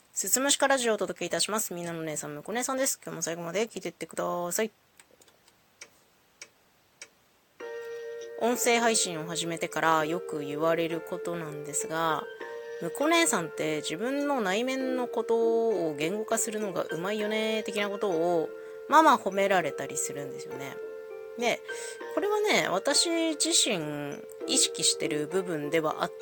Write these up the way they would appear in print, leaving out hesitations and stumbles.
すつむしかラジオをお届けいたします。みんなの姉さん、むこ姉さんです。今日も最後まで聞いていってください。音声配信を始めてからよく言われることなんですが、むこ姉さんって自分の内面のことを言語化するのがうまいよね的なことをまあまあ褒められたりするんですよね。で、これはね、私自身意識してる部分ではあって、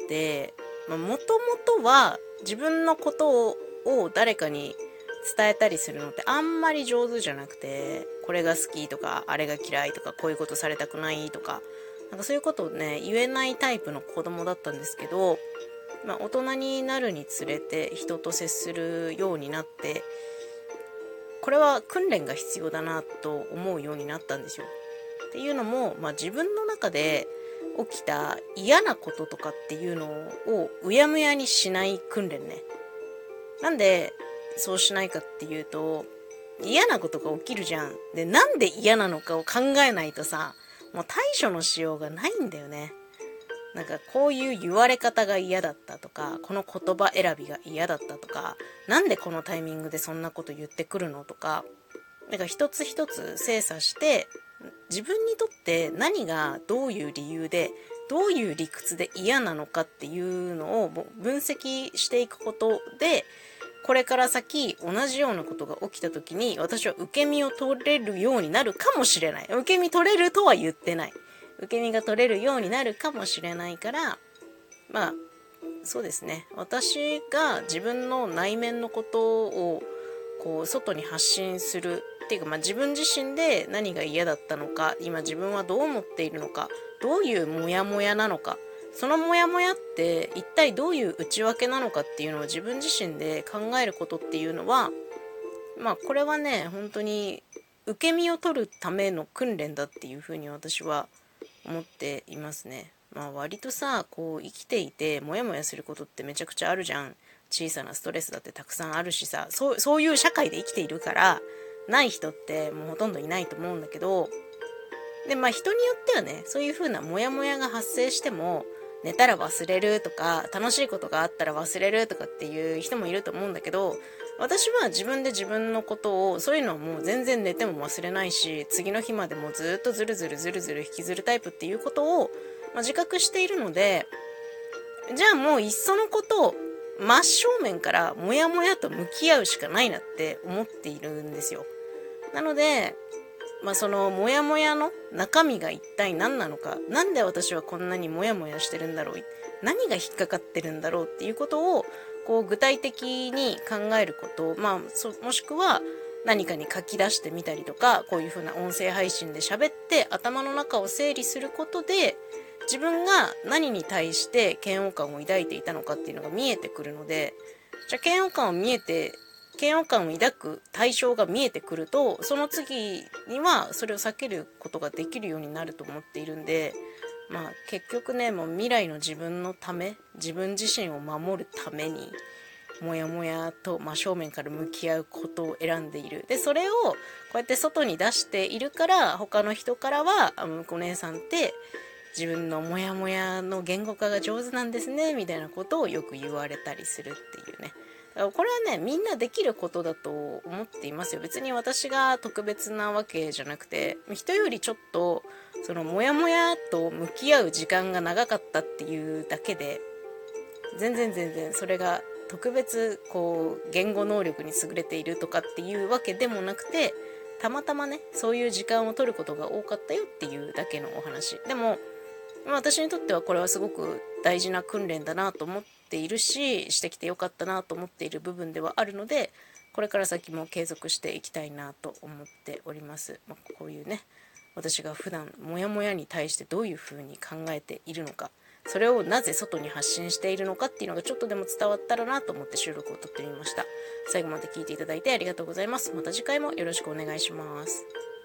もともとは自分のことを誰かに伝えたりするのってあんまり上手じゃなくて、これが好きとか、あれが嫌いとか、こういうことされたくないとか、なんかそういうことをね、言えないタイプの子供だったんですけど、大人になるにつれて人と接するようになって、これは訓練が必要だなと思うようになったんですよ。っていうのも、自分の中で起きた嫌なこととかっていうのをうやむやにしない訓練ね。なんでそうしないかっていうと、嫌なことが起きるじゃん。で、なんで嫌なのかを考えないとさ、もう対処のしようがないんだよね。なんかこういう言われ方が嫌だったとか、この言葉選びが嫌だったとか、なんでこのタイミングでそんなこと言ってくるのとか、なんか一つ一つ精査して自分にとって何がどういう理由でどういう理屈で嫌なのかっていうのを分析していくことで、これから先同じようなことが起きた時に私は受け身を取れるようになるかもしれない。受け身取れるとは言ってない。受け身が取れるようになるかもしれないから、そうですね。私が自分の内面のことをこう外に発信するっていうか、自分自身で何が嫌だったのか、今自分はどう思っているのか、どういうモヤモヤなのか、そのモヤモヤって一体どういう内訳なのかっていうのを自分自身で考えることっていうのは、これはね、本当に受け身を取るための訓練だっていうふうに私は思っていますね。割とさ、こう生きていてモヤモヤすることってめちゃくちゃあるじゃん。小さなストレスだってたくさんあるしさ、そういう社会で生きているからない人ってもうほとんどいないと思うんだけど、で人によってはね、そういう風なモヤモヤが発生しても寝たら忘れるとか、楽しいことがあったら忘れるとかっていう人もいると思うんだけど、私は自分で自分のことを、そういうのはもう全然寝ても忘れないし、次の日までもずっとずるずる引きずるタイプっていうことを、自覚しているので、じゃあもういっそのことを真正面からモヤモヤと向き合うしかないなって思っているんですよ。なので、そのモヤモヤの中身が一体何なのか、なんで私はこんなにモヤモヤしてるんだろう、何が引っかかってるんだろうっていうことをこう具体的に考えること、もしくは何かに書き出してみたりとか、こういう風な音声配信で喋って頭の中を整理することで、自分が何に対して嫌悪感を抱いていたのかっていうのが見えてくるので、じゃあ嫌悪感を抱く対象が見えてくると、その次にはそれを避けることができるようになると思っているんで、結局ね、もう未来の自分のため、自分自身を守るためにモヤモヤと真正面から向き合うことを選んでいる。で、それをこうやって外に出しているから、他の人からはむこ姉さんって自分のモヤモヤの言語化が上手なんですねみたいなことをよく言われたりするっていうね。これはね、みんなできることだと思っていますよ。別に私が特別なわけじゃなくて、人よりちょっとそのモヤモヤと向き合う時間が長かったっていうだけで、全然それが特別こう言語能力に優れているとかっていうわけでもなくて、たまたまね、そういう時間を取ることが多かったよっていうだけのお話。でも私にとってはこれはすごく大事な訓練だなと思っているし、してきてよかったなと思っている部分ではあるので、これから先も継続していきたいなと思っております。こういうね、私が普段モヤモヤに対してどういうふうに考えているのか、それをなぜ外に発信しているのかっていうのがちょっとでも伝わったらなと思って収録を撮ってみました。最後まで聞いていただいてありがとうございます。また次回もよろしくお願いします。